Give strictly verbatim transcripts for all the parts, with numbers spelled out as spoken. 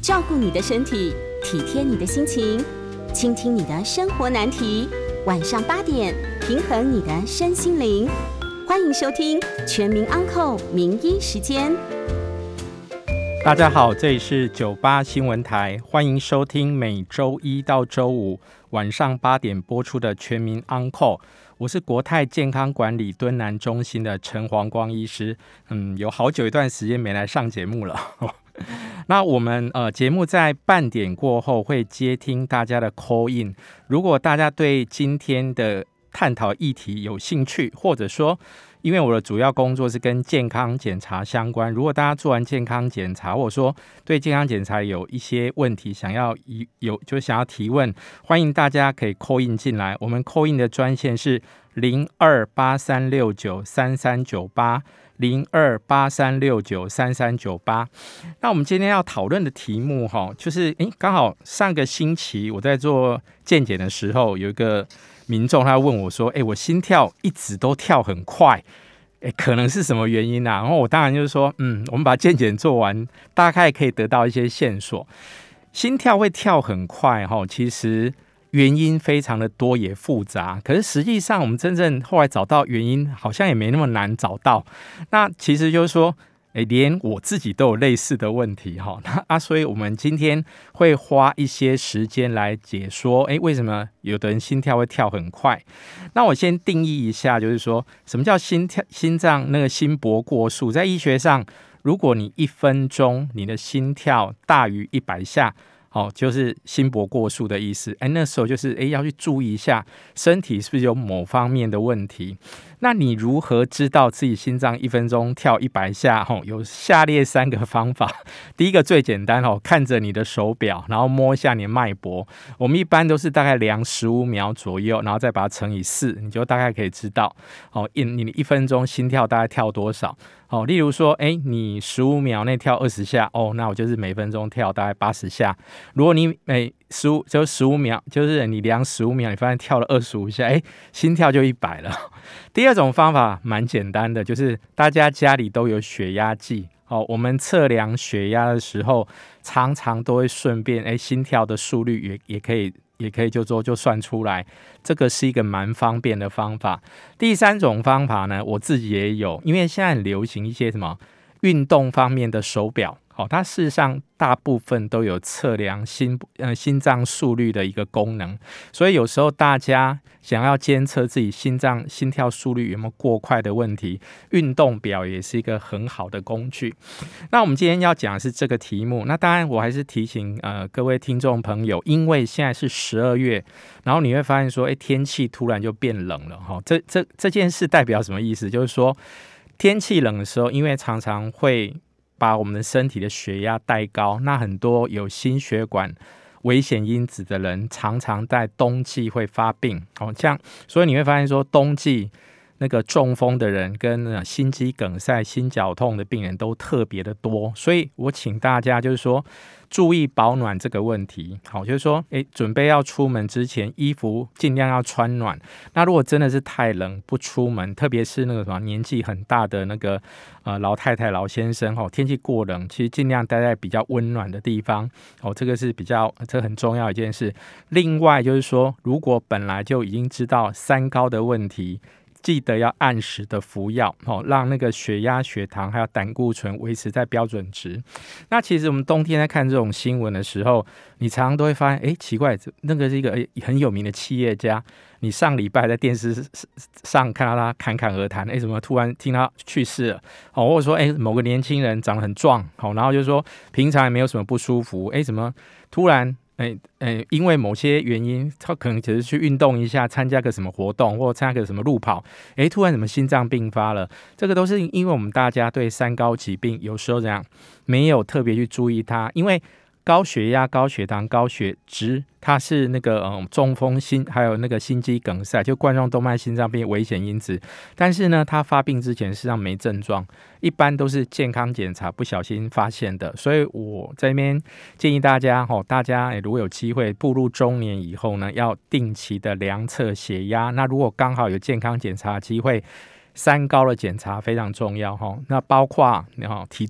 照顾你的身体，体贴你的心情，倾听你的生活难题。晚上八点，平衡你的身心灵。欢迎收听全民安扣名医时间。 大家好，这里是九八新闻台，欢迎收听每周一到周五晚上八点播出的全民安扣。我是国泰健康管理敦南中心的陈黄光医师。嗯，有好久一段时间没来上节目了。那我们呃节目在半点过后会接听大家的 call in， 如果大家对今天的探讨议题有兴趣，或者说因为我的主要工作是跟健康检查相关，如果大家做完健康检查，或者说对健康检查有一些问题想要有就想要提问，欢迎大家可以 call in 进来。我们 call in 的专线是零二八三六九三三九八零二八三六九三三九八。那我们今天要讨论的题目就是刚好上个星期我在做健检的时候，有一个民众他问我说，哎，我心跳一直都跳很快，哎，可能是什么原因啊？然后我当然就是说，嗯，我们把健检做完，大概可以得到一些线索。心跳会跳很快，其实原因非常的多也复杂，可是实际上我们真正后来找到原因，好像也没那么难找到。那其实就是说，欸、连我自己都有类似的问题哈，啊，所以我们今天会花一些时间来解说，欸、为什么有的人心跳会跳很快？那我先定义一下，就是说什么叫心跳心脏那个心搏过速？在医学上，如果你一分钟你的心跳大于一百下。哦，就是心搏过速的意思。哎，那时候就是哎，要去注意一下身体是不是有某方面的问题。那你如何知道自己心脏一分钟跳一百下？哦，有下列三个方法。第一个最简单哦，看着你的手表，然后摸一下你的脉搏。我们一般都是大概量十五秒左右，然后再把它乘以四，你就大概可以知道哦，你一分钟心跳大概跳多少。哦，例如说，哎，你十五秒内跳二十下，哦，那我就是每分钟跳大概八十下。如果你每十五就十五秒，就是你量十五秒，你发现跳了二十五下，哎，心跳就一百了。第二种方法蛮简单的，就是大家家里都有血压计，哦，我们测量血压的时候，常常都会顺便，哎，心跳的速率也也可以。也可以就做就算出来，这个是一个蛮方便的方法。第三种方法呢，我自己也有，因为现在很流行一些什么运动方面的手表，哦，它事实上大部分都有测量心呃心脏速率的一个功能，所以有时候大家想要监测自己心脏心跳速率有没有过快的问题，运动表也是一个很好的工具。那我们今天要讲的是这个题目，那当然我还是提醒呃各位听众朋友，因为现在是十二月，然后你会发现说，哎，天气突然就变冷了，哦，这这这件事代表什么意思？就是说天气冷的时候，因为常常会把我们的身体的血压带高，那很多有心血管危险因子的人常常在冬季会发病，哦，这样，所以你会发现说冬季那个中风的人跟心肌梗塞、心绞痛的病人都特别的多，所以我请大家就是说注意保暖这个问题。好，就是说，哎，准备要出门之前，衣服尽量要穿暖。那如果真的是太冷不出门，特别是那个什么年纪很大的那个呃老太太、老先生，哦，天气过冷，其实尽量待在比较温暖的地方。哦，这个是比较这很重要的一件事。另外就是说，如果本来就已经知道三高的问题，记得要按时的服药，哦，让那个血压、血糖还有胆固醇维持在标准值。那其实我们冬天在看这种新闻的时候，你常常都会发现，哎，奇怪，那个是一个很有名的企业家，你上礼拜在电视上看到他侃侃而谈，哎，怎么突然听他去世了？哦，或者说，哎，某个年轻人长得很壮，好，然后就说平常也没有什么不舒服，哎，怎么突然？欸欸、因为某些原因，他可能只是去运动一下，参加个什么活动，或参加个什么路跑，欸、突然怎么心脏病发了？这个都是因为我们大家对三高疾病有时候这样没有特别去注意它，因为高血压、高血糖、高血脂，它是那个、嗯、中风心还有那个心肌梗塞，就冠状动脉心脏病危险因子。但是呢，它发病之前实际上没症状，一般都是健康检查不小心发现的。所以我这边建议大家，哦、大家、欸、如果有机会步入中年以后呢，要定期的量测血压。那如果刚好有健康检查的机会，三高的检查非常重要，哦、那包括、哦、体重。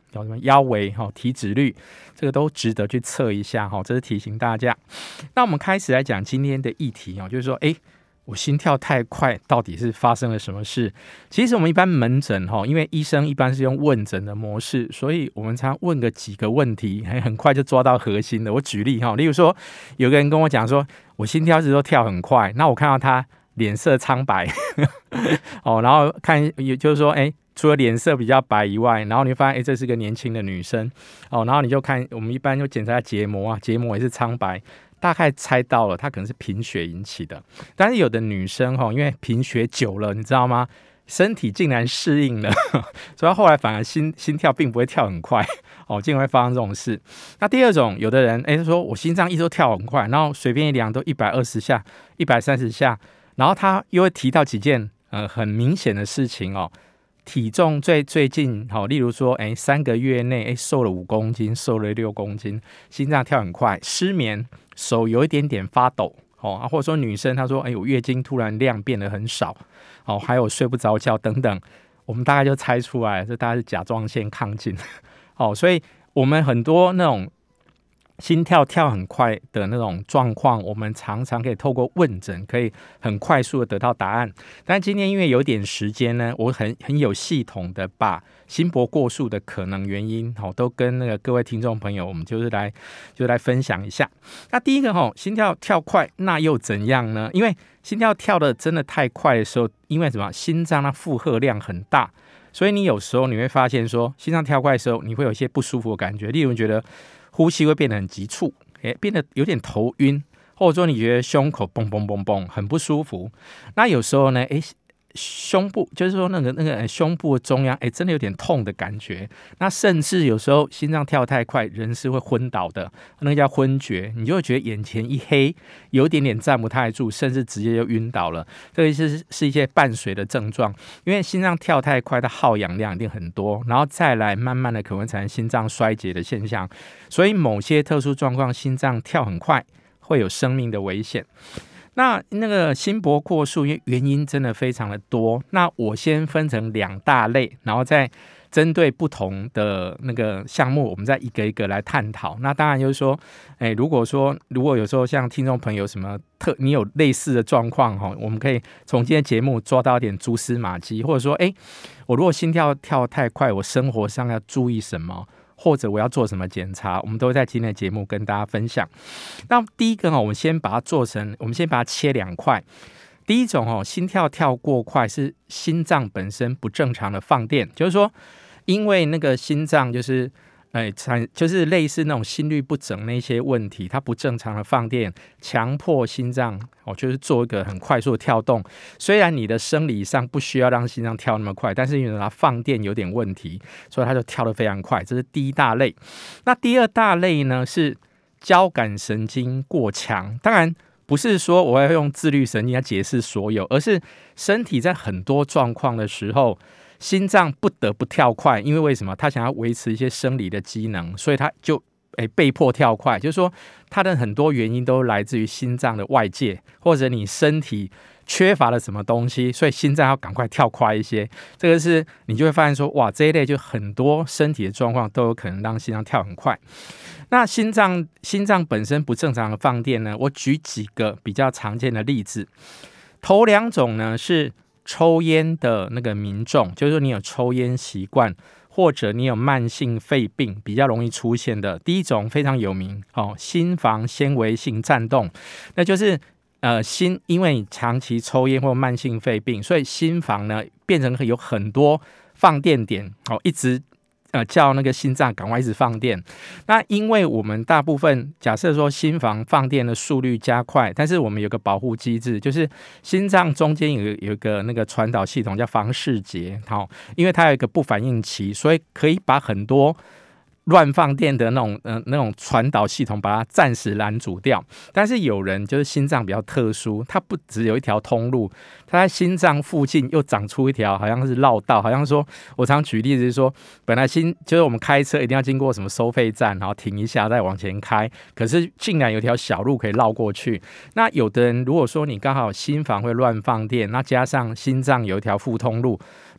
叫什么腰围、哦、体脂率，这个都值得去测一下、哦、这是提醒大家。那我们开始来讲今天的议题、哦、就是说，哎，我心跳太快，到底是发生了什么事？其实我们一般门诊，因为医生一般是用问诊的模式，所以我们常问个几个问题，很快就抓到核心的。我举例，例如说，有个人跟我讲说，我心跳一直都跳很快，那我看到他脸色苍白哦，然后看，也就是说，哎，除了脸色比较白以外，然后你会发现，哎，这是个年轻的女生哦，然后你就看，我们一般就检查结膜啊，结膜也是苍白。大概猜到了，它可能是贫血引起的。但是有的女生因为贫血久了，你知道吗？身体竟然适应了，所以后来反而 心, 心跳并不会跳很快哦，竟然会发生这种事。那第二种，有的人哎说我心脏一直都跳很快，然后随便一量都一百二十下、一百三十下，然后他又会提到几件呃很明显的事情哦。体重最最近好，例如说，哎，三个月内哎瘦了五公斤，瘦了六公斤，心脏跳很快，失眠，手有一点点发抖，哦，或者说女生她说，哎，我月经突然量变得很少，哦，还有睡不着觉等等，我们大概就猜出来，这大概是甲状腺亢进，哦，所以我们很多那种心跳跳很快的那种状况，我们常常可以透过问诊，可以很快速的得到答案。但今天因为有点时间呢，我很很有系统的把心搏过速的可能原因，哦，都跟那个各位听众朋友，我们就是来就来分享一下。那第一个哦，心跳跳快，那又怎样呢？因为心跳跳的真的太快的时候，因为什么？心脏它负荷量很大，所以你有时候你会发现说，心脏跳快的时候，你会有一些不舒服的感觉，例如觉得呼吸会变得很急促，变得有点头晕，或者说你觉得胸口嘣嘣嘣嘣很不舒服。那有时候呢，哎，胸部就是说那个那个胸部的中央，哎，真的有点痛的感觉。那甚至有时候心脏跳太快，人是会昏倒的，那个叫昏厥，你就会觉得眼前一黑，有一点点站不太住，甚至直接就晕倒了。这个是是一些伴随的症状，因为心脏跳太快，它耗氧量一定很多，然后再来慢慢的可能会产生心脏衰竭的现象，所以某些特殊状况，心脏跳很快会有生命的危险。那那个心搏过速，因为原因真的非常的多，那我先分成两大类，然后再针对不同的那个项目，我们再一个一个来探讨。那当然就是说，哎，如果说如果有时候像听众朋友什么特，你有类似的状况，我们可以从今天节目抓到一点蛛丝马迹，或者说，哎，我如果心跳跳太快，我生活上要注意什么？或者我要做什么检查，我们都会在今天的节目跟大家分享。那第一个，我们先把它做成，我们先把它切两块。第一种，心跳跳过快是心脏本身不正常的放电，就是说，因为那个心脏就是。哎，就是类似那种心律不整那些问题，它不正常的放电，强迫心脏哦，就是做一个很快速的跳动。虽然你的生理上不需要让心脏跳那么快，但是因为它放电有点问题，所以它就跳得非常快。这是第一大类。那第二大类呢是交感神经过强，当然不是说我要用自律神经来解释所有，而是身体在很多状况的时候。心脏不得不跳快，因为为什么？他想要维持一些生理的机能，所以他就诶被迫跳快。就是说，他的很多原因都来自于心脏的外界，或者你身体缺乏了什么东西，所以心脏要赶快跳快一些。这个是你就会发现说，哇，这一类就很多身体的状况都有可能让心脏跳很快。那心脏心脏本身不正常的放电呢？我举几个比较常见的例子。头两种呢是。抽烟的那个民众，就是说你有抽烟习惯，或者你有慢性肺病比较容易出现的。第一种非常有名，哦，心房纤维性颤动，那就是呃心，因为你长期抽烟或慢性肺病，所以心房呢变成有很多放电点，哦，一直。呃，叫那个心脏赶快一直放电。那因为我们大部分假设说心房放电的速率加快，但是我们有个保护机制，就是心脏中间有有一个那个传导系统叫房室结，好，因为它有一个不反应期，所以可以把很多乱放电的那种呃那种传导系统把它暂时拦阻掉。但是有人就是心脏比较特殊，它不只有一条通路，它在心脏附近又长出一条好像是绕道，好像说我常举例子是说，本来心就是我们开车一定要经过什么收费站，然后停一下再往前开，可是竟然有条小路可以绕过去。那有的人如果说你刚好心房会乱放电，那加上心脏有一条副通路，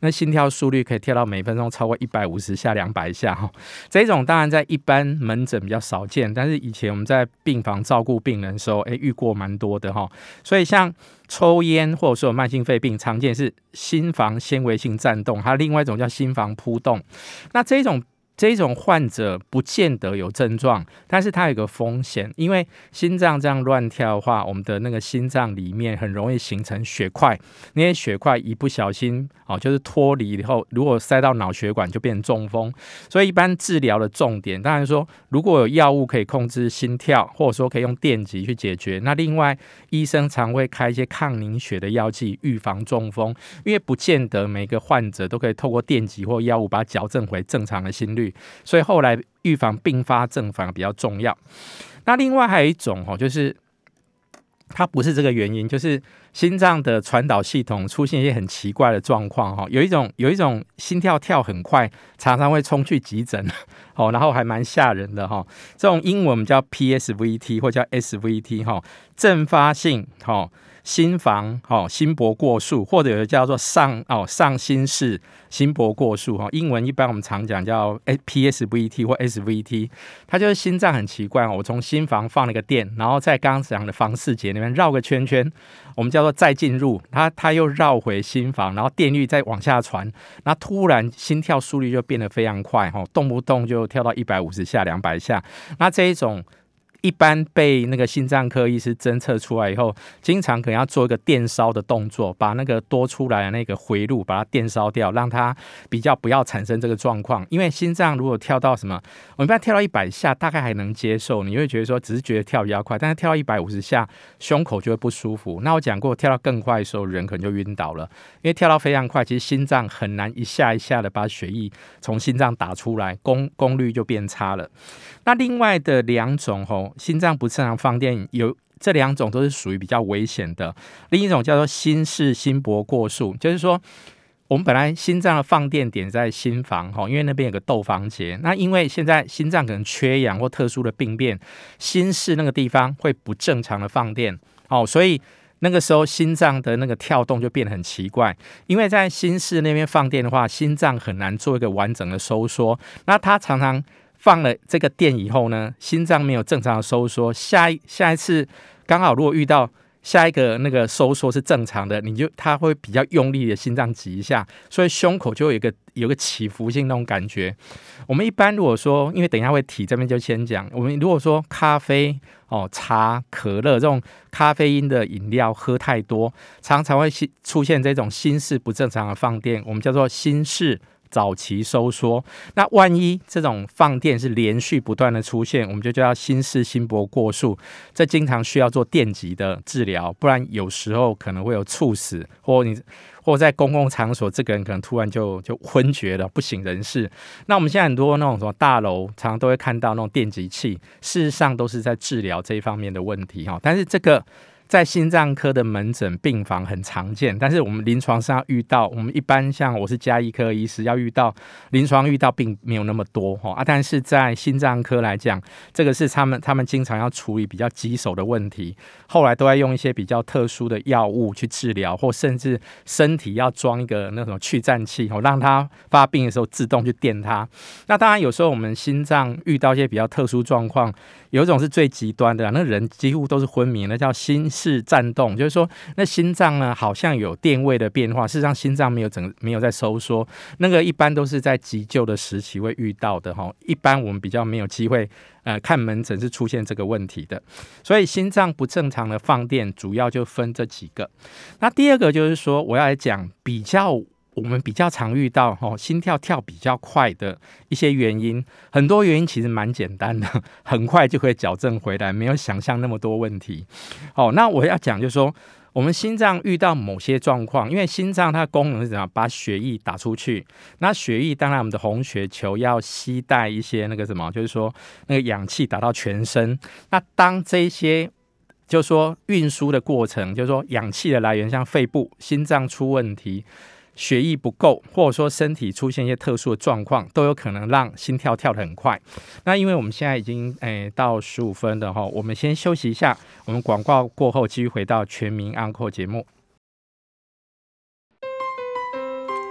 那心跳速率可以跳到每分钟超过一百五十下、两百下哈。这种当然在一般门诊比较少见，但是以前我们在病房照顾病人的时候，哎，遇过蛮多的哈。所以像抽烟或者说有慢性肺病，常见是心房纤维性颤动，还有另外一种叫心房扑动。那这种这种患者不见得有症状，但是它有个风险，因为心脏这样乱跳的话，我们的那个心脏里面很容易形成血块，那些血块一不小心、哦、就是脱离以后，如果塞到脑血管就变成中风。所以一般治疗的重点，当然说如果有药物可以控制心跳，或者说可以用电击去解决，那另外医生常会开一些抗凝血的药剂预防中风，因为不见得每个患者都可以透过电击或药物把它矫正回正常的心率，所以后来预防并发症反而比较重要。那另外还有一种就是它不是这个原因，就是心脏的传导系统出现一些很奇怪的状况，有一种有一种心跳跳很快，常常会冲去急诊，然后还蛮吓人的。这种英文我们叫 P S V T 或叫 S V T， 阵发性心房、哦、心搏过速，或者有叫做上、哦、上心室心搏过速、哦、英文一般我们常讲叫 P S V T 或 S V T， 它就是心脏很奇怪、哦、我从心房放了个电，然后在刚刚讲的房室节那边绕个圈圈，我们叫做再进入， 它, 它又绕回心房，然后电力再往下传，那突然心跳速率就变得非常快、哦、动不动就跳到一百五十下、两百下。那这一种一般被那个心脏科医师侦测出来以后，经常可能要做一个电烧的动作，把那个多出来的那个回路把它电烧掉，让它比较不要产生这个状况。因为心脏如果跳到什么，我们一般跳到一百下大概还能接受，你会觉得说只是觉得跳比较快，但是跳到一百五十下胸口就会不舒服。那我讲过跳到更快的时候人可能就晕倒了，因为跳到非常快，其实心脏很难一下一下的把血液从心脏打出来， 功, 功率就变差了。那另外的两种、哦、心脏不正常放电，有这两种都是属于比较危险的。另一种叫做心室心搏过速，就是说我们本来心脏的放电点在心房，因为那边有个窦房结，那因为现在心脏可能缺氧或特殊的病变，心室那个地方会不正常的放电，所以那个时候心脏的那个跳动就变得很奇怪。因为在心室那边放电的话，心脏很难做一个完整的收缩，那它常常放了这个电以后呢，心脏没有正常的收缩，下一下一次刚好如果遇到下一个那个收缩是正常的，你就它会比较用力的心脏挤一下，所以胸口就有一个有一个起伏性那种感觉。我们一般如果说，因为等一下会提，这边就先讲，我们如果说咖啡、哦、茶、可乐这种咖啡因的饮料喝太多，常常会出现这种心室不正常的放电，我们叫做心室早期收缩。那万一这种放电是连续不断的出现，我们就叫心室心搏过速，这经常需要做电击的治疗，不然有时候可能会有猝死，或你或在公共场所这个人可能突然就就昏厥了，不省人事。那我们现在很多那种什么大楼常常都会看到那种电击器，事实上都是在治疗这一方面的问题，但是这个在心脏科的门诊病房很常见，但是我们临床上要遇到，我们一般像我是家医科医师，要遇到临床遇到并没有那么多、啊、但是在心脏科来讲，这个是他们他们经常要处理比较棘手的问题，后来都要用一些比较特殊的药物去治疗，或甚至身体要装一个那种去颤器、啊、让它发病的时候自动去电它。那当然有时候我们心脏遇到一些比较特殊状况，有一种是最极端的、啊、那人几乎都是昏迷，那叫心室颤动，就是说那心脏呢好像有电位的变化，事实上心脏没有整没有在收缩，那个一般都是在急救的时期会遇到的，一般我们比较没有机会呃，看门诊是出现这个问题的。所以心脏不正常的放电主要就分这几个。那第二个就是说我要来讲比较我们比较常遇到、哦、心跳跳比较快的一些原因，很多原因其实蛮简单的，很快就可以矫正回来，没有想象那么多问题、哦、那我要讲就是说我们心脏遇到某些状况，因为心脏它的功能是怎样，把血液打出去，那血液当然我们的红血球要携带一些那个什么，就是说那个氧气打到全身，那当这些就是说运输的过程，就是说氧气的来源像肺部心脏出问题，血液不够，或者说身体出现一些特殊的状况，都有可能让心跳跳得很快。那因为我们现在已经、欸、到十五分了，我们先休息一下，我们广告过后继续回到全民安扣节目。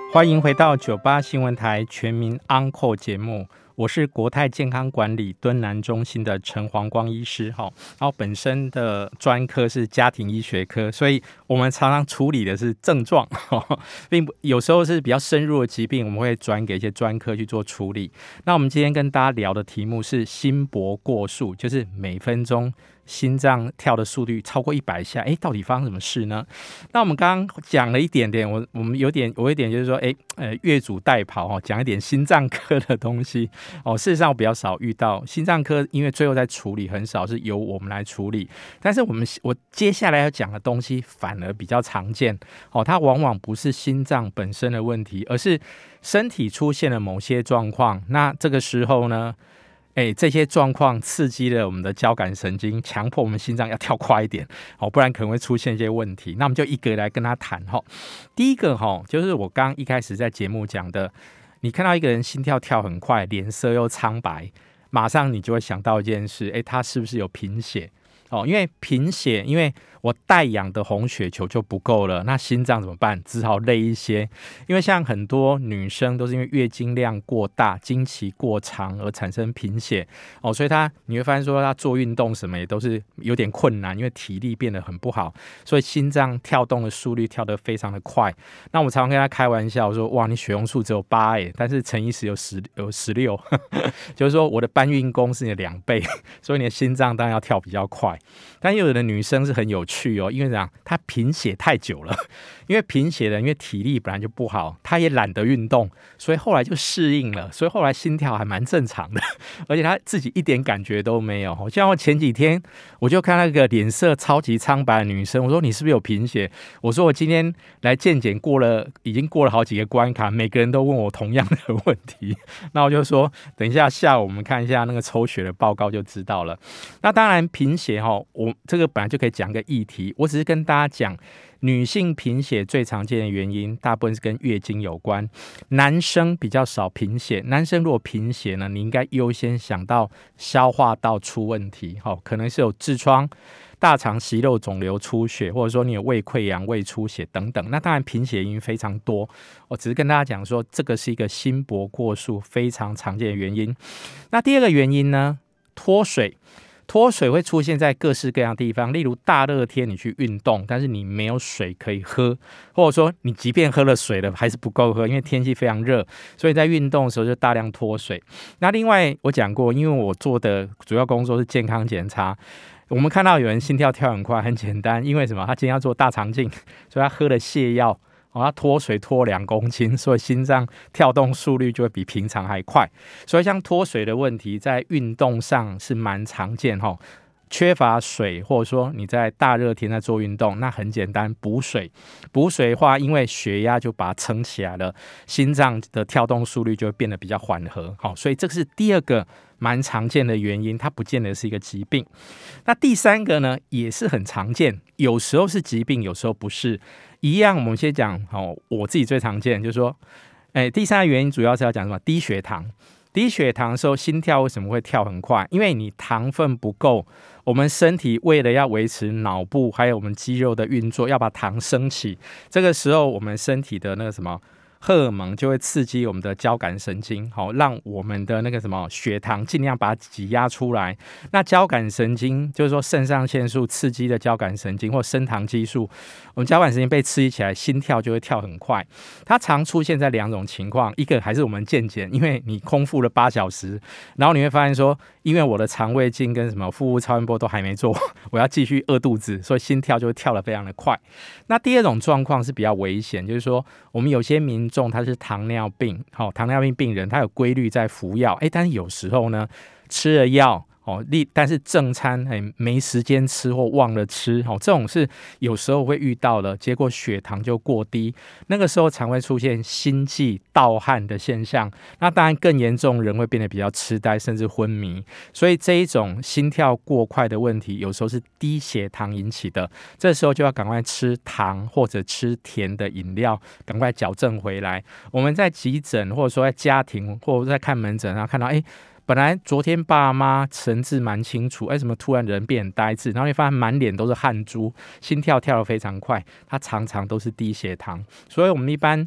欢迎回到九八新闻台全民 Uncle 节目，我是国泰健康管理敦南中心的陈黄光医师，然后本身的专科是家庭医学科，所以我们常常处理的是症状，并不有时候是比较深入的疾病，我们会转给一些专科去做处理。那我们今天跟大家聊的题目是心搏过速，就是每分钟心脏跳的速率超过一百下，哎，到底发生什么事呢？那我们刚刚讲了一点点，我我们有点有一点就是说，哎，呃，越俎代庖哦，讲一点心脏科的东西哦。事实上我比较少遇到心脏科，因为最后在处理很少是由我们来处理。但是我们我接下来要讲的东西反而比较常见哦，它往往不是心脏本身的问题，而是身体出现了某些状况。那这个时候呢？哎，这些状况刺激了我们的交感神经，强迫我们心脏要跳快一点，哦，不然可能会出现一些问题。那我们就一个来跟他谈哈。第一个哈，就是我刚刚一开始在节目讲的，你看到一个人心跳跳很快，脸色又苍白，马上你就会想到一件事，哎，他是不是有贫血？哦，因为贫血，因为我带氧的红血球就不够了，那心脏怎么办？只好累一些。因为像很多女生都是因为月经量过大、经期过长而产生贫血哦，所以她你会发现说她做运动什么也都是有点困难，因为体力变得很不好，所以心脏跳动的速率跳得非常的快。那我常常跟她开玩笑说：“哇，你血红素只有八哎，但是陈医师有十有十六，就是说我的搬运工是你的两倍，所以你的心脏当然要跳比较快。”但有的女生是很有趣哦，因为怎样，她贫血太久了，因为贫血的，因为体力本来就不好，她也懒得运动，所以后来就适应了，所以后来心跳还蛮正常的，而且她自己一点感觉都没有。像我前几天我就看那个脸色超级苍白的女生，我说你是不是有贫血？我说我今天来健检过了，已经过了好几个关卡，每个人都问我同样的问题，那我就说等一下下午我们看一下那个抽血的报告就知道了。那当然贫血哈，我这个本来就可以讲个议题，我只是跟大家讲，女性贫血最常见的原因，大部分是跟月经有关，男生比较少贫血。男生如果贫血呢，你应该优先想到消化道出问题，可能是有痔疮、大肠息肉肿瘤出血，或者说你有胃溃疡、胃出血等等。那当然贫血原因非常多，我只是跟大家讲说，这个是一个心搏过速非常常见的原因。那第二个原因呢，脱水。脱水会出现在各式各样的地方，例如大热天你去运动，但是你没有水可以喝，或者说你即便喝了水了还是不够喝，因为天气非常热，所以在运动的时候就大量脱水。那另外我讲过，因为我做的主要工作是健康检查，我们看到有人心跳跳很快，很简单，因为什么？他今天要做大肠镜，所以他喝了泻药。哦，他脱水脱两公斤，所以心脏跳动速率就会比平常还快。所以像脱水的问题，在运动上是蛮常见哈。缺乏水，或者说你在大热天在做运动，那很简单，补水。补水的话，因为血压就把它撑起来了，心脏的跳动速率就会变得比较缓和。好，所以这个是第二个蛮常见的原因，它不见得是一个疾病。那第三个呢，也是很常见，有时候是疾病，有时候不是。一样，我们先讲，哦，我自己最常见就是说，哎，第三个原因主要是要讲什么？低血糖。低血糖的时候，心跳为什么会跳很快？因为你糖分不够，我们身体为了要维持脑部还有我们肌肉的运作，要把糖升起。这个时候，我们身体的那个什么荷尔蒙就会刺激我们的交感神经，好，让我们的那个什么血糖尽量把它挤压出来。那交感神经就是说肾上腺素刺激的交感神经或升糖激素，我们交感神经被刺激起来，心跳就会跳很快。它常出现在两种情况，一个还是我们健检，因为你空腹了八小时，然后你会发现说，因为我的肠胃镜跟什么腹部超音波都还没做，我要继续饿肚子，所以心跳就会跳得非常的快。那第二种状况是比较危险，就是说我们有些民众他是糖尿病，哦，糖尿病病人他有规律在服药，哎，但是有时候呢吃了药。哦，但是正餐没时间吃或忘了吃，哦，这种是有时候会遇到的，结果血糖就过低，那个时候常会出现心悸、盗汗的现象。那当然更严重，人会变得比较痴呆，甚至昏迷。所以这一种心跳过快的问题，有时候是低血糖引起的，这时候就要赶快吃糖或者吃甜的饮料，赶快矫正回来。我们在急诊或者说在家庭或者在看门诊，然后看到，哎。本来昨天爸妈神志蛮清楚，为什么突然人变呆滞？然后你发现满脸都是汗珠，心跳跳得非常快，他常常都是低血糖。所以我们一般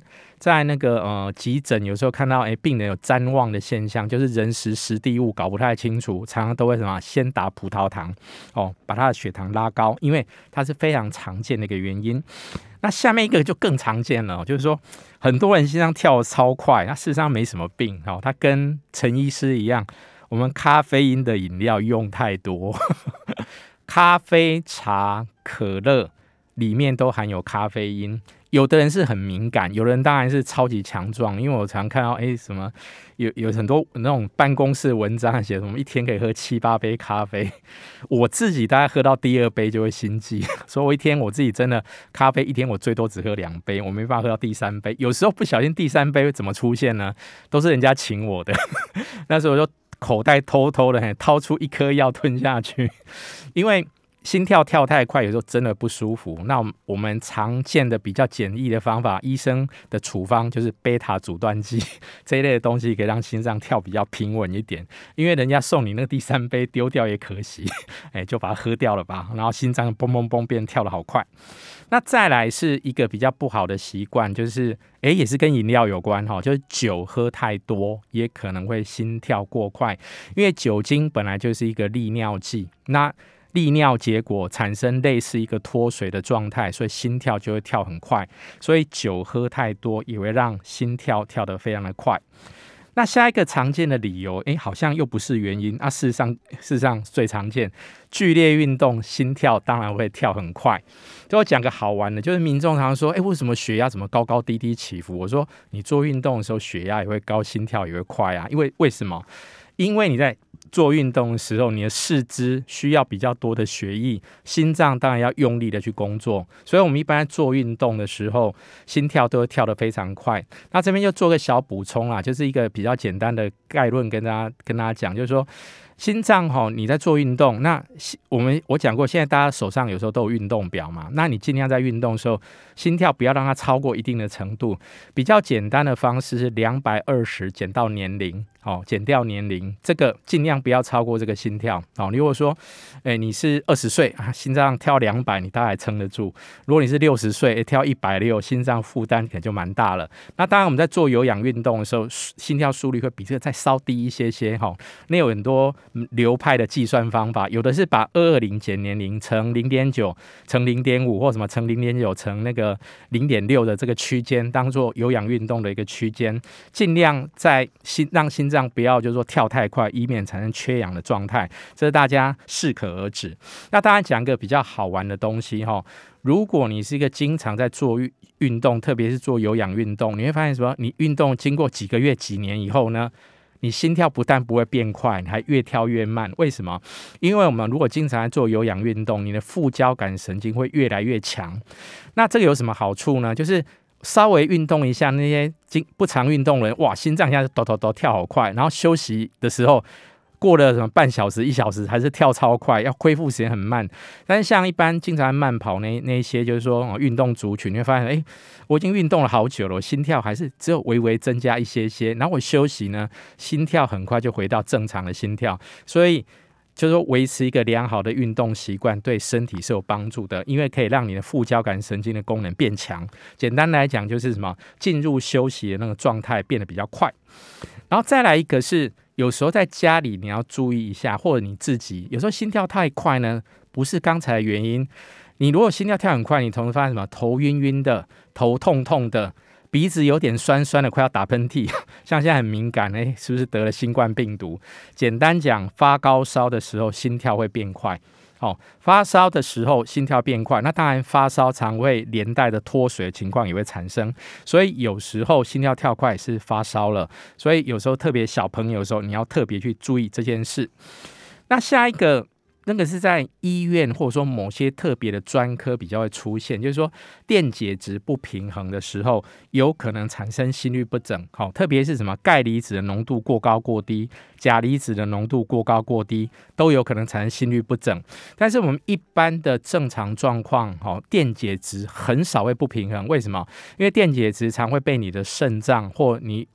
在那个呃急诊有时候看到哎病人有谵妄的现象，就是人食实地物搞不太清楚，常常都会什么先打葡萄糖哦，把他的血糖拉高，因为它是非常常见的一个原因。那下面一个就更常见了，就是说很多人心脏跳得超快，他事实上没什么病哦，他跟陈医师一样，我们咖啡因的饮料用太多，咖啡、茶、可乐里面都含有咖啡因。有的人是很敏感，有的人当然是超级强壮，因为我常看到哎什么有有很多那种办公室文章写什么一天可以喝七八杯咖啡，我自己大概喝到第二杯就会心悸，所以我一天我自己真的咖啡一天我最多只喝两杯，我没办法喝到第三杯，有时候不小心第三杯怎么出现呢？都是人家请我的，那时候我就口袋偷偷的掏出一颗药吞下去，因为心跳跳太快，有时候真的不舒服。那我们常见的比较简易的方法，医生的处方就是贝塔阻断剂这一类的东西，可以让心脏跳比较平稳一点。因为人家送你那个第三杯丢掉也可惜，哎，就把它喝掉了吧。然后心脏嘣嘣嘣变跳得好快。那再来是一个比较不好的习惯，就是哎也是跟饮料有关哈，就是酒喝太多也可能会心跳过快，因为酒精本来就是一个利尿剂，那利尿结果产生类似一个脱水的状态，所以心跳就会跳很快，所以酒喝太多也会让心跳跳得非常的快。那下一个常见的理由，哎，好像又不是原因啊。事实上，事实上最常见，剧烈运动心跳当然会跳很快。就我讲个好玩的，就是民众常常说，哎，为什么血压怎么高高低低起伏？我说，你做运动的时候，血压也会高，心跳也会快啊。因为为什么？因为你在做运动的时候，你的四肢需要比较多的血液，心脏当然要用力的去工作，所以我们一般在做运动的时候，心跳都会跳得非常快。那这边就做个小补充啦，就是一个比较简单的概论跟大家跟大家讲，就是说心脏齁，你在做运动，那我们我讲过，现在大家手上有时候都有运动表嘛，那你尽量在运动的时候，心跳不要让它超过一定的程度。比较简单的方式是两百二十减到年龄。哦，减掉年龄，这个尽量不要超过这个心跳。哦，如果说，哎，你是二十岁啊，心脏跳两百，你大概撑得住；如果你是六十岁，跳一百六，心脏负担可能就蛮大了。那当然，我们在做有氧运动的时候，心跳速率会比这个再稍低一些些。哈、哦，那有很多流派的计算方法，有的是把二二零减年龄乘零点九乘零点五，或什么乘零点九乘那个零点六的这个区间，当做有氧运动的一个区间，尽量在心让心脏不要就是说跳太快，以免产生缺氧的状态，这是大家适可而止。那当然讲一个比较好玩的东西哈，如果你是一个经常在做运动，特别是做有氧运动，你会发现什么？你运动经过几个月、几年以后呢，你心跳不但不会变快，你还越跳越慢。为什么？因为我们如果经常在做有氧运动，你的副交感神经会越来越强。那这个有什么好处呢？就是稍微运动一下，那些不常运动的人，哇，心脏现在抖抖抖跳好快，然后休息的时候，过了什么半小时、一小时，还是跳超快，要恢复时间很慢。但是像一般经常慢跑那那一些，就是说运动族群，你会发现，哎，我已经运动了好久了，我心跳还是只有微微增加一些些，然后我休息呢，心跳很快就回到正常的心跳，所以就是说维持一个良好的运动习惯对身体是有帮助的，因为可以让你的副交感神经的功能变强。简单来讲就是什么，进入休息的那个状态变得比较快。然后再来一个是，有时候在家里你要注意一下，或者你自己有时候心跳太快呢，不是刚才的原因。你如果心跳跳很快，你同时发现什么头晕晕的、头痛痛的、鼻子有点酸酸的，快要打喷嚏，像现在很敏感，哎，是不是得了新冠病毒？简单讲，发高烧的时候心跳会变快。哦，发烧的时候心跳变快，那当然发烧常会连带的脱水的情况也会产生，所以有时候心跳跳快是发烧了，所以有时候特别小朋友的时候，你要特别去注意这件事。那下一个。那个是在医院或者说某些特别的专科比较会出现，就是说电解质不平衡的时候，有可能产生心律不整。好，特别是什么钙离子的浓度过高过低，钾离子的浓度过高过低，都有可能产生心律不整。但是我们一般的正常状况，好，电解质很少会不平衡。为什么？因为电解质常会被你的肾脏或你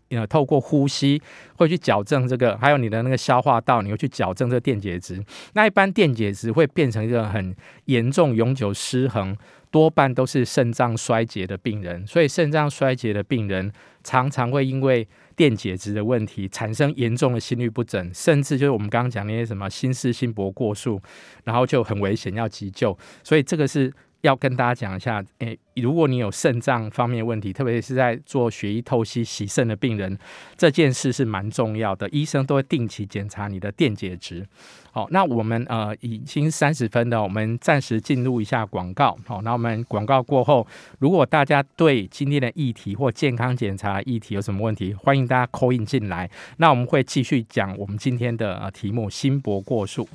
呃透过呼吸会去矫正这个，还有你的那个消化道，你会去矫正这个电解质。那一般电解质会变成一个很严重永久失衡，多半都是肾脏衰竭的病人，所以肾脏衰竭的病人常常会因为电解质的问题产生严重的心律不整，甚至就是我们刚刚讲那些什么心室心搏过速，然后就很危险要急救。所以这个是要跟大家讲一下，诶，如果你有肾脏方面的问题，特别是在做血液透析洗肾的病人，这件事是蛮重要的，医生都会定期检查你的电解质。好，那我们呃已经三十分了，我们暂时进入一下广告。好，那我们广告过后，如果大家对今天的议题或健康检查的议题有什么问题，欢迎大家 call in 进来。那我们会继续讲我们今天的呃题目：心搏过速。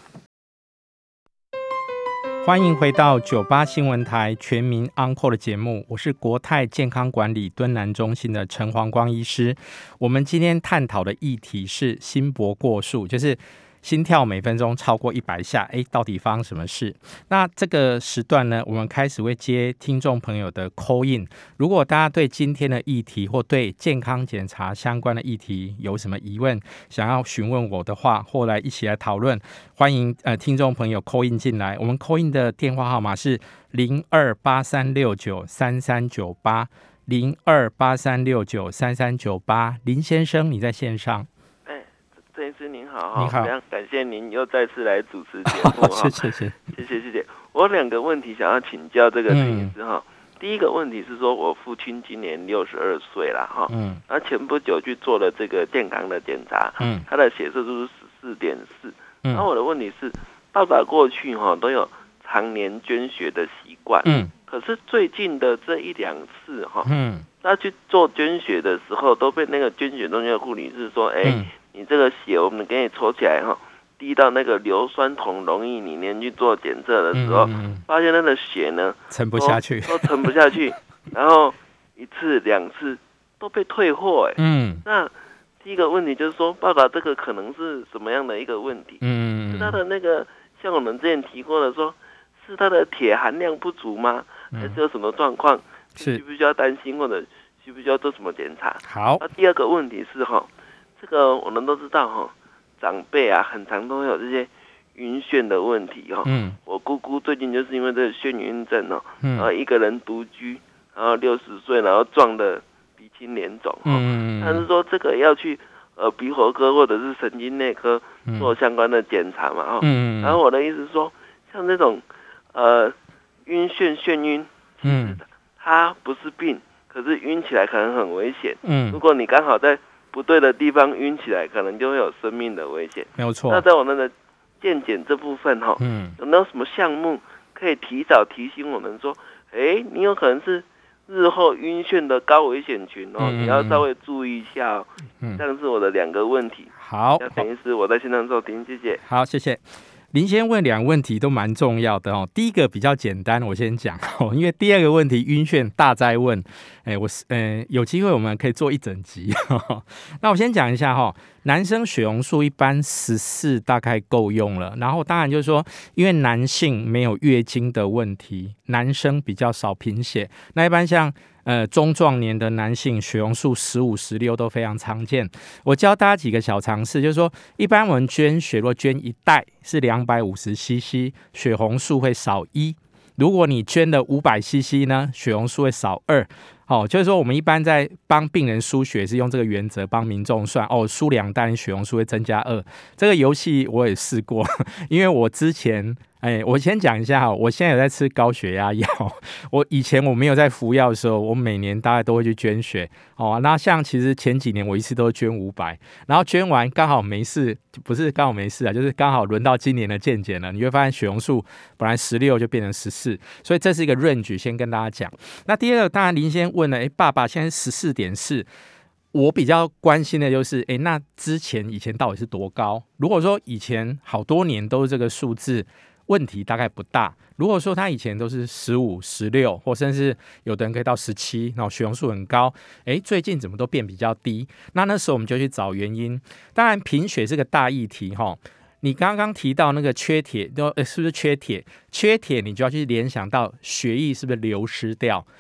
欢迎回到九八新闻台全民 Uncle 的节目，我是国泰健康管理敦南中心的陈黄光医师。我们今天探讨的议题是心搏过速，就是心跳每分钟超过一百下，哎，到底发生什么事？那这个时段呢，我们开始会接听众朋友的 call in。如果大家对今天的议题或对健康检查相关的议题有什么疑问，想要询问我的话，或来一起来讨论，欢迎呃听众朋友 call in 进来。我们 call in 的电话号码是零二八三六九三三九八零二八三六九三三九八。林先生，你在线上。 郑医师您好， 你好， 非常感谢您又再次来主持节目谢谢谢谢谢谢谢。我有两个问题想要请教这个郑医师哈。第一个问题是说，我父亲今年六十二岁了哈，嗯，他前不久去做了这个健康的检查，嗯，他的血色素是十四点四，然后我的问题是，爸爸过去哈都有常年捐血的习惯，嗯，可是最近的这一两次哈，嗯，他去做捐血的时候都被那个捐血中心的护理师说，哎、欸。嗯，你这个血我们给你抽起来哈，滴到那个硫酸铜溶液里面去做检测的时候，嗯嗯、发现他的血呢沉不下去， 都沉不下去，然后一次两次都被退货哎。嗯，那第一个问题就是说，爸爸这个可能是什么样的一个问题？嗯，是他的那个像我们之前提过的说，是他的铁含量不足吗？还是有什么状况？需不需要担心，或者需不需要做什么检查？ 好， 那第二个问题是哈。这个我们都知道哈，长辈啊，很常都会有这些晕眩的问题哈。嗯。我姑姑最近就是因为这个眩晕症哦，嗯，然后一个人独居，然后六十岁，然后撞得鼻青脸肿哈。嗯。但是说这个要去呃鼻喉科或者是神经内科做相关的检查嘛哈。嗯。然后我的意思是说，像这种呃晕眩眩晕，嗯，它不是病，可是晕起来可能很危险。嗯。如果你刚好在不对的地方晕起来，可能就会有生命的危险。 没有错。 那在我们的健检这部分哈，嗯，有没有什么项目可以提早提醒我们说，哎，你有可能是日后晕眩的高危险群哦，嗯、你要稍微注意一下哦。嗯，这样是我的两个问题。 好， 那等于是我在线上收听，谢谢。 好，谢谢。林先问两个问题都蛮重要的哦。第一个比较简单，我先讲哦，因为第二个问题晕眩大哉问，哎，我呃有机会我们可以做一整集。呵呵那我先讲一下哈、哦，男生血红素一般十四大概够用了，然后当然就是说，因为男性没有月经的问题，男生比较少贫血，那一般像。呃，中壮年的男性血红素十五、十六都非常常见。我教大家几个小常识，就是说，一般我们捐血，若捐一袋是两百五十 C C， 血红素会少一；如果你捐了五百 C C 呢，血红素会少二。哦，就是说我们一般在帮病人输血是用这个原则帮民众算哦，输两袋血红素会增加二。这个游戏我也试过，因为我之前。哎，我先讲一下哈，我现在有在吃高血压药。我以前我没有在服药的时候，我每年大概都会去捐血哦。那像其实前几年我一次都捐五百，然后捐完刚好没事，不是刚好没事啊，就是刚好轮到今年的健检了，你会发现血红素本来十六就变成十四，所以这是一个 range， 先跟大家讲。那第二个，当然林先问了，哎，爸爸现在十四点四。我比较关心的就是，哎，那之前以前到底是多高？如果说以前好多年都是这个数字。问题大概不大。如果说他以前都是十五、十六，或甚至有的人可以到十七，然后血红素很高，哎，最近怎么都变比较低？那那时候我们就去找原因。当然，贫血是个大议题哈。你刚刚提到那个缺铁，是不是缺铁？缺铁你就要去联想到血液是不是流失掉？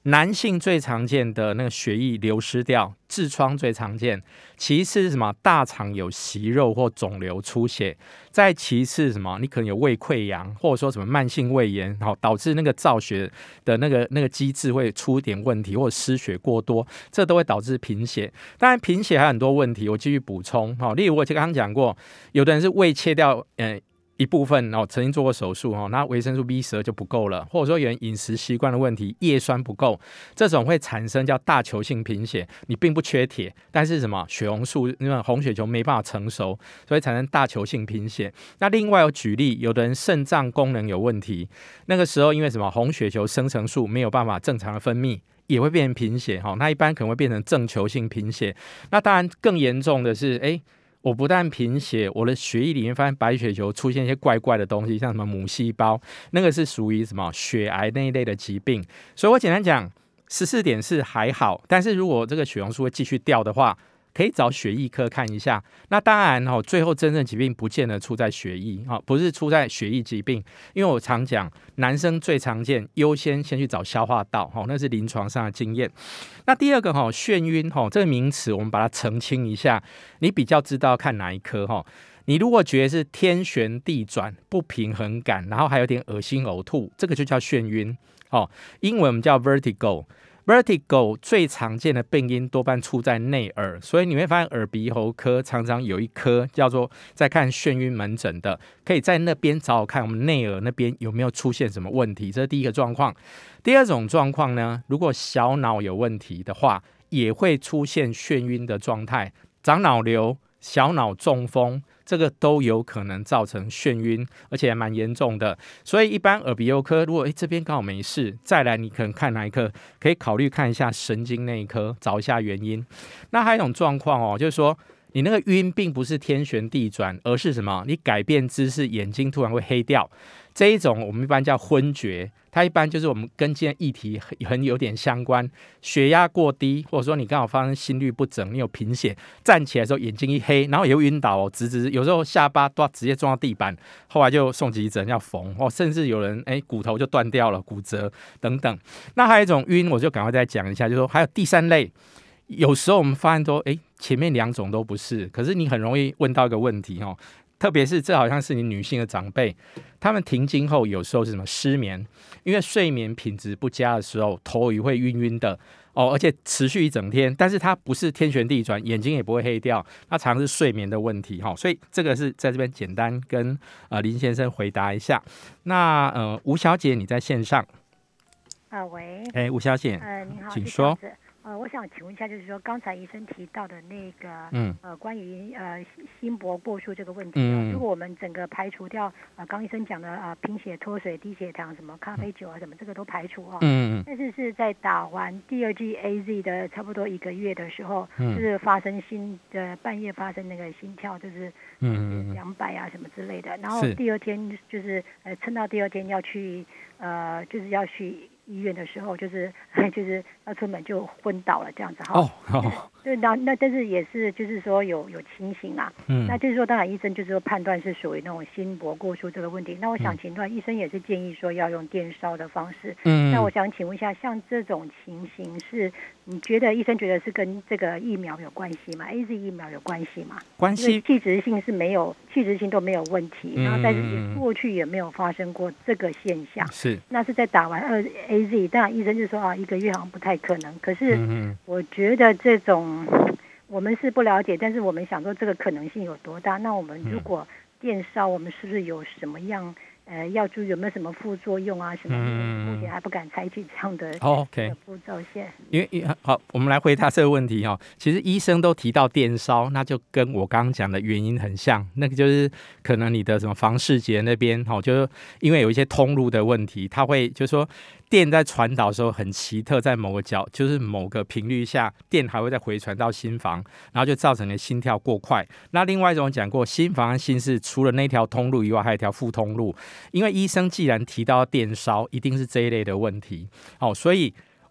男性最常见的那个血液流失掉，痔疮最常见，其次是什么？大肠有息肉或肿瘤出血，再其次什么？你可能有胃溃疡，或者说什么慢性胃炎，好导致那个造血的那个那个机制会出一点问题，或者失血过多，这都会导致贫血。当然贫血还有很多问题，我继续补充。好，例如我刚刚讲过，有的人是胃切掉，呃。一部分哦，曾经做过手术哦，那维生素 B 十二 就不够了，或者说有人饮食习惯的问题，叶酸不够，这种会产生叫大球性贫血。你并不缺铁，但是什么血红素，因为红血球没办法成熟，所以产生大球性贫血。那另外有举例，有的人肾脏功能有问题，那个时候因为什么红血球生成素没有办法正常的分泌，也会变成贫血。那一般可能会变成正球性贫血。那当然更严重的是，哎。我不但贫血，我的血液里面发现白血球出现一些怪怪的东西，像什么母细胞，那个是属于什么血癌那一类的疾病。所以我简单讲，十四点四还好，但是如果这个血红素会继续掉的话，可以找血液科看一下。那当然、哦、最后真正疾病不见得出在血液、哦、不是出在血液疾病，因为我常讲男生最常见优先先去找消化道、哦、那是临床上的经验。那第二个、哦、眩晕、哦、这个名词我们把它澄清一下，你比较知道看哪一科、哦、你如果觉得是天旋地转不平衡感，然后还有点恶心呕吐，这个就叫眩晕、哦、英文我们叫 vertigo。Vertigo 最常见的病因多半出在内耳，所以你会发现耳鼻喉科常常有一科叫做在看眩晕门诊的，可以在那边找找看我们内耳那边有没有出现什么问题，这是第一个状况。第二种状况呢，如果小脑有问题的话，也会出现眩晕的状态，长脑瘤、小脑中风，这个都有可能造成眩晕，而且还蛮严重的。所以一般耳鼻喉科，如果这边刚好没事，再来你可能看哪一科，可以考虑看一下神经内科，找一下原因。那还有一种状况哦，就是说你那个晕并不是天旋地转，而是什么？你改变姿势，眼睛突然会黑掉。这一种我们一般叫昏厥，它一般就是我们跟今天议题很有点相关，血压过低，或者说你刚好发生心律不整，你有贫血，站起来的时候眼睛一黑，然后也会晕倒哦，直直，有时候下巴直接撞到地板，后来就送急诊要缝哦，甚至有人哎骨头就断掉了，骨折等等。那还有一种晕，我就赶快再讲一下，就是说还有第三类，有时候我们发现说，哎，前面两种都不是，可是你很容易问到一个问题哦。特别是这好像是你女性的长辈，他们停经后有时候是什么失眠，因为睡眠品质不佳的时候，头也会晕晕的哦，而且持续一整天，但是它不是天旋地转，眼睛也不会黑掉，它常常是睡眠的问题哈、哦，所以这个是在这边简单跟呃林先生回答一下。那呃吴小姐你在线上， 啊喂， 哎吴小姐， 呃你好， 请说。 呃，我想请问一下，就是说刚才医生提到的那个， 嗯， 呃，关于呃心搏过速这个问题、 嗯， 如果我们整个排除掉，呃，刚医生讲的啊、呃，贫血、脱水、低血糖、什么咖啡酒啊什么，这个都排除哈、哦， 嗯， 但是是在打完第二剂 A Z 的差不多一个月的时候， 嗯、 就是发生心的半夜发生那个心跳，就是嗯两百啊什么之类的，然后第二天就是呃撑到第二天要去呃就是要去。医院的时候，就是就是要出门就昏倒了这样子哈。 哦哦。 对，那那但是也是就是说有有清醒啦。嗯。那就是说，当然医生就是说判断是属于那种心搏过速这个问题。那我想请问、嗯、医生也是建议说要用电烧的方式。嗯。那我想请问一下，像这种情形是你觉得医生觉得是跟这个疫苗有关系吗 ？A Z 疫苗有关系吗？ 关系。 器质性是没有，器质性都没有问题，嗯、然后但是也过去也没有发生过这个现象。 是。那是在打完二 A Z， 当然医生就说啊，一个月好像不太可能。可是我觉得这种我们是不了解，但是我们想说这个可能性有多大？那我们如果电烧，我们是不是有什么样呃要注意？有没有什么副作用啊？什么？目前还不敢采取这样的步骤线。 因为好，我们来回答这个问题哈。其实医生都提到电烧，那就跟我刚刚讲的原因很像，那个就是可能你的什么房室节那边哈，就是因为有一些通路的问题，它会就是说。电在传导的时候很奇特，在某个角，就是某个频率下，电还会再回传到心房，然后就造成了心跳过快。那另外一种讲过，心房和心室除了那条通路以外，还有一条副通路。因为医生既然提到电烧，一定是这一类的问题。哦，所以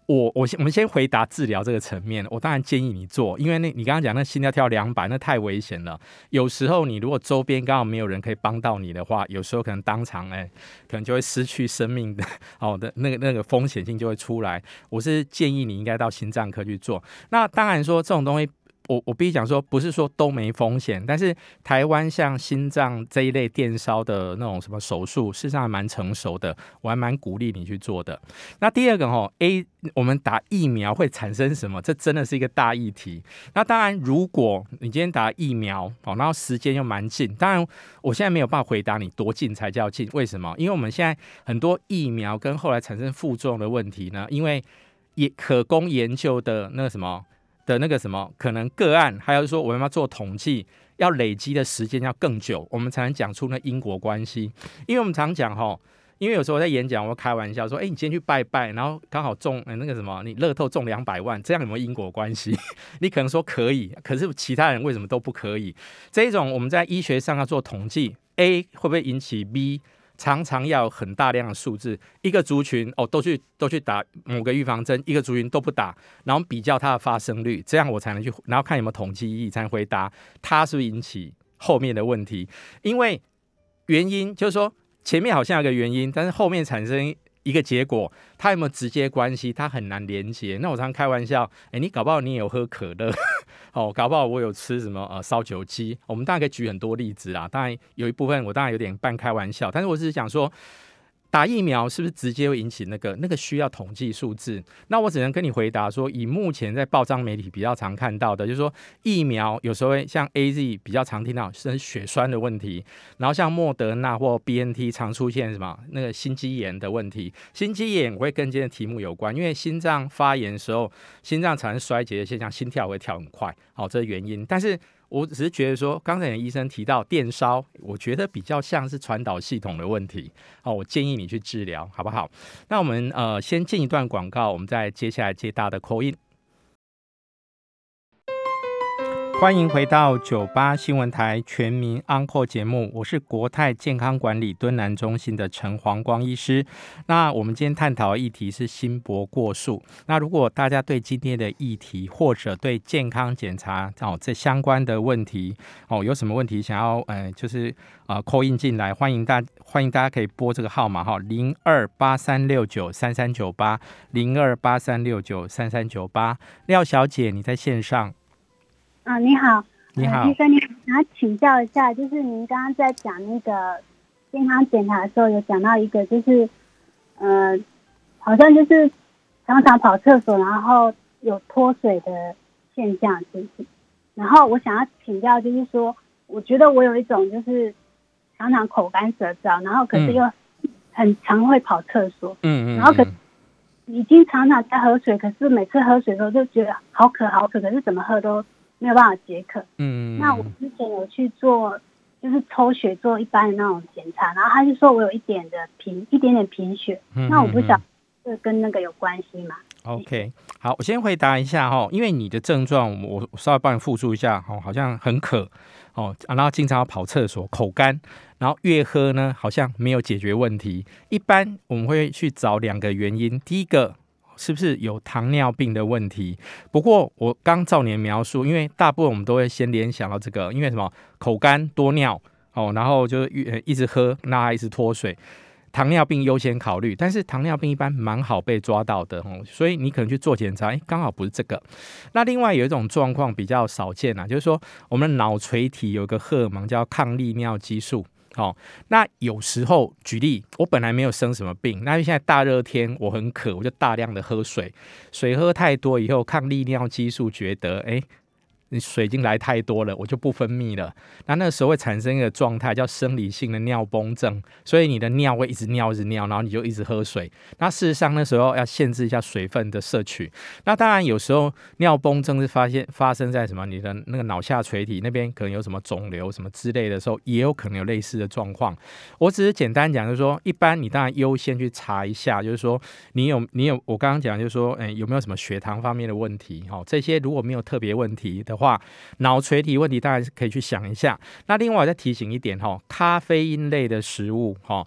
我我先我们先回答治疗这个层面，我当然建议你做，因为那你刚刚讲那心跳跳两百，那太危险了。有时候你如果周边刚好没有人可以帮到你的话，有时候可能当场哎、欸，可能就会失去生命的哦的那个那个风险性就会出来。我是建议你应该到心脏科去做。那当然说这种东西。我我必须讲说，不是说都没风险，但是台湾像心脏这一类电烧的那种什么手术，事实上还蛮成熟的，我还蛮鼓励你去做的。那第二个哈 ，A 我们打疫苗会产生什么？这真的是一个大议题。那当然，如果你今天打疫苗哦，然后时间又蛮近，当然我现在没有办法回答你多近才叫近，为什么？因为我们现在很多疫苗跟后来产生副作用的问题呢，因为也可供研究的那个什么。的那个什么可能个案，还有说我们要做统计，要累积的时间要更久，我们才能讲出那因果关系。因为我们常讲哈，因为有时候我在演讲，我会开玩笑说，哎、欸，你今天去拜拜，然后刚好中、欸、那个什么，你乐透中两百万，这样有没有因果关系？你可能说可以，可是其他人为什么都不可以？这一种我们在医学上要做统计 ，A 会不会引起 B？常常要有很大量的数字，一个族群哦都去都去打某个预防针，一个族群都不打，然后比较它的发生率，这样我才能去，然后看有没有统计意义，才能回答它是不是引起后面的问题。因为原因就是说前面好像有个原因，但是后面产生一个结果，它有没有直接关系，它很难连接。那我常开玩笑，哎，你搞不好你也有喝可乐。哦，搞不好我有吃什么呃烧酒鸡，我们当然可以举很多例子啦。当然有一部分我当然有点半开玩笑，但是我只是讲说，打疫苗是不是直接会引起那个那个需要统计数字？那我只能跟你回答说，以目前在报章媒体比较常看到的，就是说疫苗有时候会像 A Z 比较常听到是血栓的问题，然后像莫德纳或 B N T 常出现什么那个心肌炎的问题。心肌炎我会跟今天的题目有关，因为心脏发炎的时候，心脏产生衰竭的现象，心跳会跳很快，好、哦，这是原因。但是我只是觉得说，刚才的医生提到电烧，我觉得比较像是传导系统的问题，哦，我建议你去治疗，好不好？那我们呃先进一段广告，我们再接下来接大的 call in。欢迎回到九八新闻台全民 Uncle 节目，我是国泰健康管理敦南中心的陈黄光医师。那我们今天探讨的议题是心搏过速。那如果大家对今天的议题或者对健康检查哦这相关的问题哦有什么问题想要呃就是呃 call in 进来，欢迎大欢迎大家可以拨这个号码哈零二八三六九三三九八零二八三六九三三九八。廖小姐，你在线上。 啊，你好， 你好， 呃、医生，你想请教一下，就是您刚刚在讲那个健康检查的时候，有讲到一个，就是呃，好像就是常常跑厕所，然后有脱水的现象，是不是？然后我想要请教，就是说，我觉得我有一种就是常常口干舌燥，然后可是又很常会跑厕所，嗯嗯，然后可已经常常在喝水，可是每次喝水的时候就觉得好渴好渴，可是怎么喝都没有办法解渴。嗯，那我之前有去做，就是抽血做一般的那种检查，然后他就说我有一点的贫，一点点贫血。嗯，那我不晓得这跟那个有关系吗 ？OK， 好，我先回答一下哈，因为你的症状，我稍微帮你复述一下哈，好像很渴哦，然后经常要跑厕所，口干，然后越喝呢，好像没有解决问题。一般我们会去找两个原因，第一个，是不是有糖尿病的问题？不过我刚照你的描述，因为大部分我们都会先联想到这个，因为什么口干多尿哦，然后就一直喝，那一直脱水，糖尿病优先考虑。但是糖尿病一般蛮好被抓到的哦，所以你可能去做检查，哎，刚好不是这个。那另外有一种状况比较少见啊，就是说我们脑垂体有一个荷尔蒙叫抗利尿激素。哦，那有时候举例，我本来没有生什么病，那因为现在大热天，我很渴，我就大量的喝水，水喝太多以后，抗利尿激素觉得，哎，你水已经来太多了，我就不分泌了。那那个时候会产生一个状态叫生理性的尿崩症，所以你的尿会一直尿一直尿，然后你就一直喝水。那事实上那时候要限制一下水分的摄取。那当然有时候尿崩症是发现发生在什么你的那个脑下垂体那边可能有什么肿瘤什么之类的时候，也有可能有类似的状况。我只是简单讲，就是说一般你当然优先去查一下，就是说你有你有我刚刚讲就是说，哎，有没有什么血糖方面的问题？哦，这些如果没有特别问题的话，脑垂体问题当然是可以去想一下。那另外我再提醒一点，咖啡因类的食物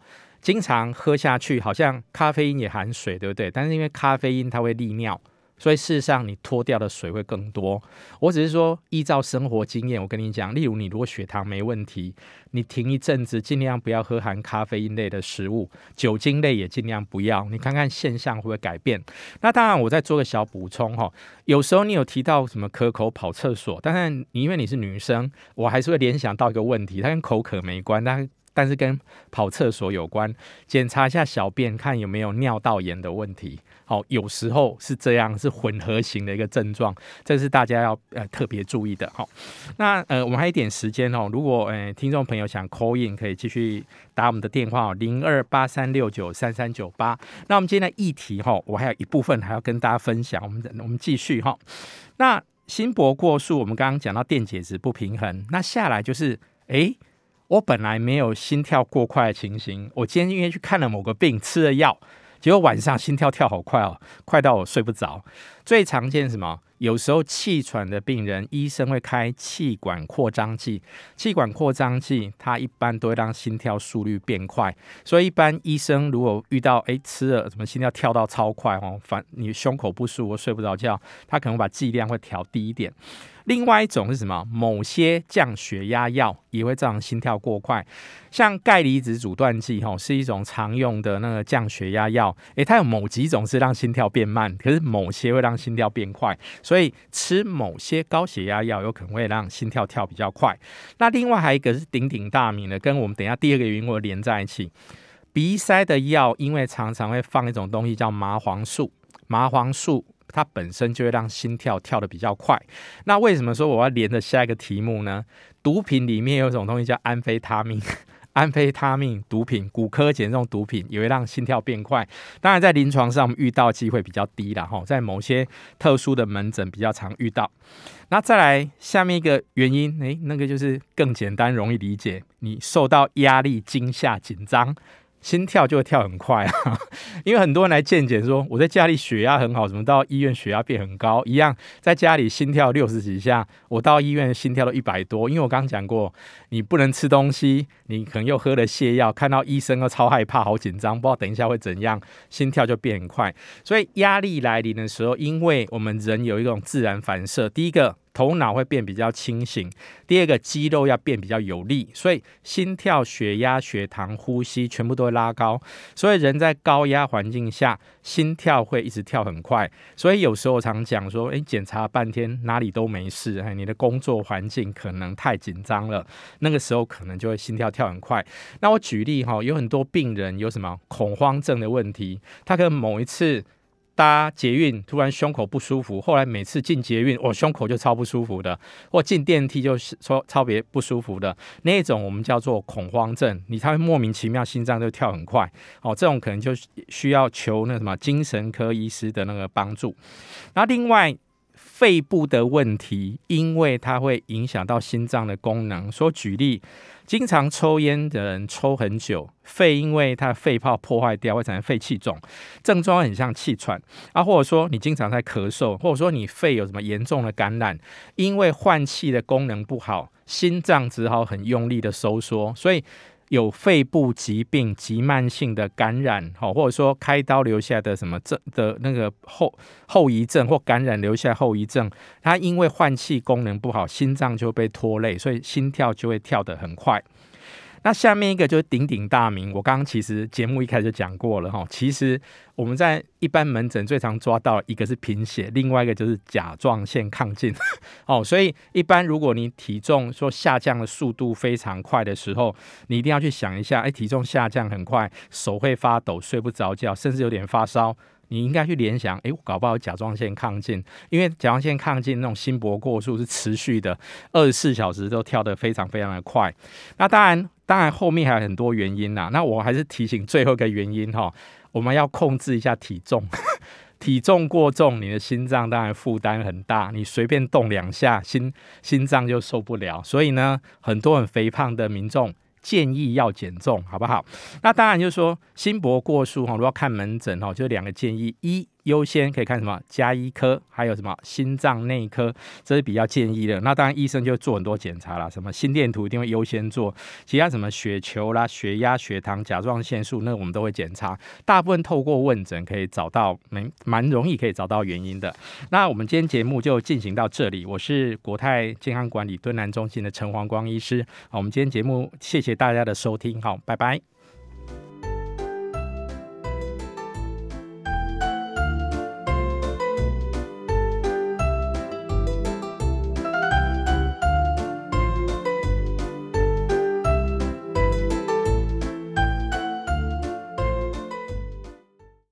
经常喝下去，好像咖啡因也含水，对不对？但是因为咖啡因它会利尿，所以事实上你脱掉的水会更多。我只是说依照生活经验，我跟你讲，例如你如果血糖没问题，你停一阵子，尽量不要喝含咖啡因类的食物，酒精类也尽量不要，你看看现象会不会改变。那当然我再做个小补充，有时候你有提到什么可口跑厕所，但是你因为你是女生，我还是会联想到一个问题，它跟口渴没关，但但是跟跑厕所有关，检查一下小便，看有没有尿道炎的问题。好，有时候是这样，是混合型的一个症状，这是大家要呃特别注意的。好，那呃我们还有一点时间哦，如果呃听众朋友想 call in， 可以继续打我们的电话零二八三六九三三九八。那我们今天的议题哈，我还有一部分还要跟大家分享，我们我们继续哈。那心搏过速，我们刚刚讲到电解质不平衡，那下来就是哎。我本来没有心跳过快的情形，我今天因为去看了某个病，吃了药，结果晚上心跳跳好快哦，快到我睡不着。最常见什么？有时候气喘的病人，医生会开气管扩张剂。气管扩张剂它一般都会让心跳速率变快，所以一般医生如果遇到哎吃了什么心跳跳到超快哦，反你胸口不舒服睡不着觉，他可能把剂量会调低一点。另外一种是什么？某些降血压药也会造成心跳过快，像钙离子阻断剂是一种常用的那个降血压药，诶，它有某几种是让心跳变慢，可是某些会让心跳变快，所以吃某些高血压药有可能会让心跳跳比较快。那另外还有一个是鼎鼎大名的，跟我们等一下第二个原因会连在一起。鼻塞的药因为常常会放一种东西叫麻黄素，麻黄素它本身就会让心跳跳得比较快。那为什么说我要连着下一个题目呢？毒品里面有一种东西叫安非他命，安非他命毒品，骨科碱这种毒品也会让心跳变快。当然在临床上我们遇到机会比较低啦，在某些特殊的门诊比较常遇到。那再来下面一个原因，诶，那个就是更简单容易理解，你受到压力、惊吓、紧张，心跳就会跳很快啊，因为很多人来健检说我在家里血压很好，怎么到医院血压变很高？一样在家里心跳六十几下，我到医院心跳都一百多。因为我刚刚讲过，你不能吃东西，你可能又喝了泻药，看到医生又超害怕，好紧张，不知道等一下会怎样，心跳就变很快。所以压力来临的时候，因为我们人有一种自然反射，第一个头脑会变比较清醒，第二个肌肉要变比较有力，所以心跳、血压、血糖、呼吸全部都会拉高，所以人在高压环境下心跳会一直跳很快。所以有时候我常讲说，诶，检查半天哪里都没事，你的工作环境可能太紧张了，那个时候可能就会心跳跳很快。那我举例，有很多病人有什么恐慌症的问题，他可能某一次搭捷运突然胸口不舒服，后来每次进捷运我、哦、胸口就超不舒服的，或进电梯就超超别不舒服的那种，我们叫做恐慌症，你才会莫名其妙心脏就跳很快、哦、这种可能就需要求那什么精神科医师的那个帮助。那另外肺部的问题，因为它会影响到心脏的功能，说举例，经常抽烟的人抽很久，肺因为它的肺泡破坏掉会产生肺气肿，症状很像气喘啊，或者说你经常在咳嗽，或者说你肺有什么严重的感染，因为换气的功能不好，心脏只好很用力的收缩，所以有肺部疾病、急慢性的感染，或者说开刀留下的什么症的那个 后, 后遗症，或感染留下后遗症，它因为换气功能不好，心脏就会被拖累，所以心跳就会跳得很快。那下面一个就是鼎鼎大名，我刚刚其实节目一开始就讲过了，其实我们在一般门诊最常抓到一个是贫血，另外一个就是甲状腺亢进所以一般如果你体重说下降的速度非常快的时候，你一定要去想一下，哎，体重下降很快，手会发抖，睡不着觉，甚至有点发烧，你应该去联想，哎，我搞不好有甲状腺亢进，因为甲状腺亢进那种心搏过速是持续的，二十四小时都跳得非常非常的快。那当然，当然后面还有很多原因啦。那我还是提醒最后一个原因哈，我们要控制一下体重，体重过重，你的心脏当然负担很大，你随便动两下，心心脏就受不了。所以呢，很多很肥胖的民众建议要减重，好不好？那当然就是说心搏过速，如果看门诊就两个建议：一优先可以看什么家医科，还有什么心脏内科，这是比较建议的。那当然医生就做很多检查啦，什么心电图一定会优先做，其他什么血球啦、血压、血糖、甲状腺素，那我们都会检查。大部分透过问诊可以找到，蛮容易可以找到原因的。那我们今天节目就进行到这里，我是国泰健康管理敦南中心的陈黄光医师。好，我们今天节目谢谢大家的收听，好，拜拜。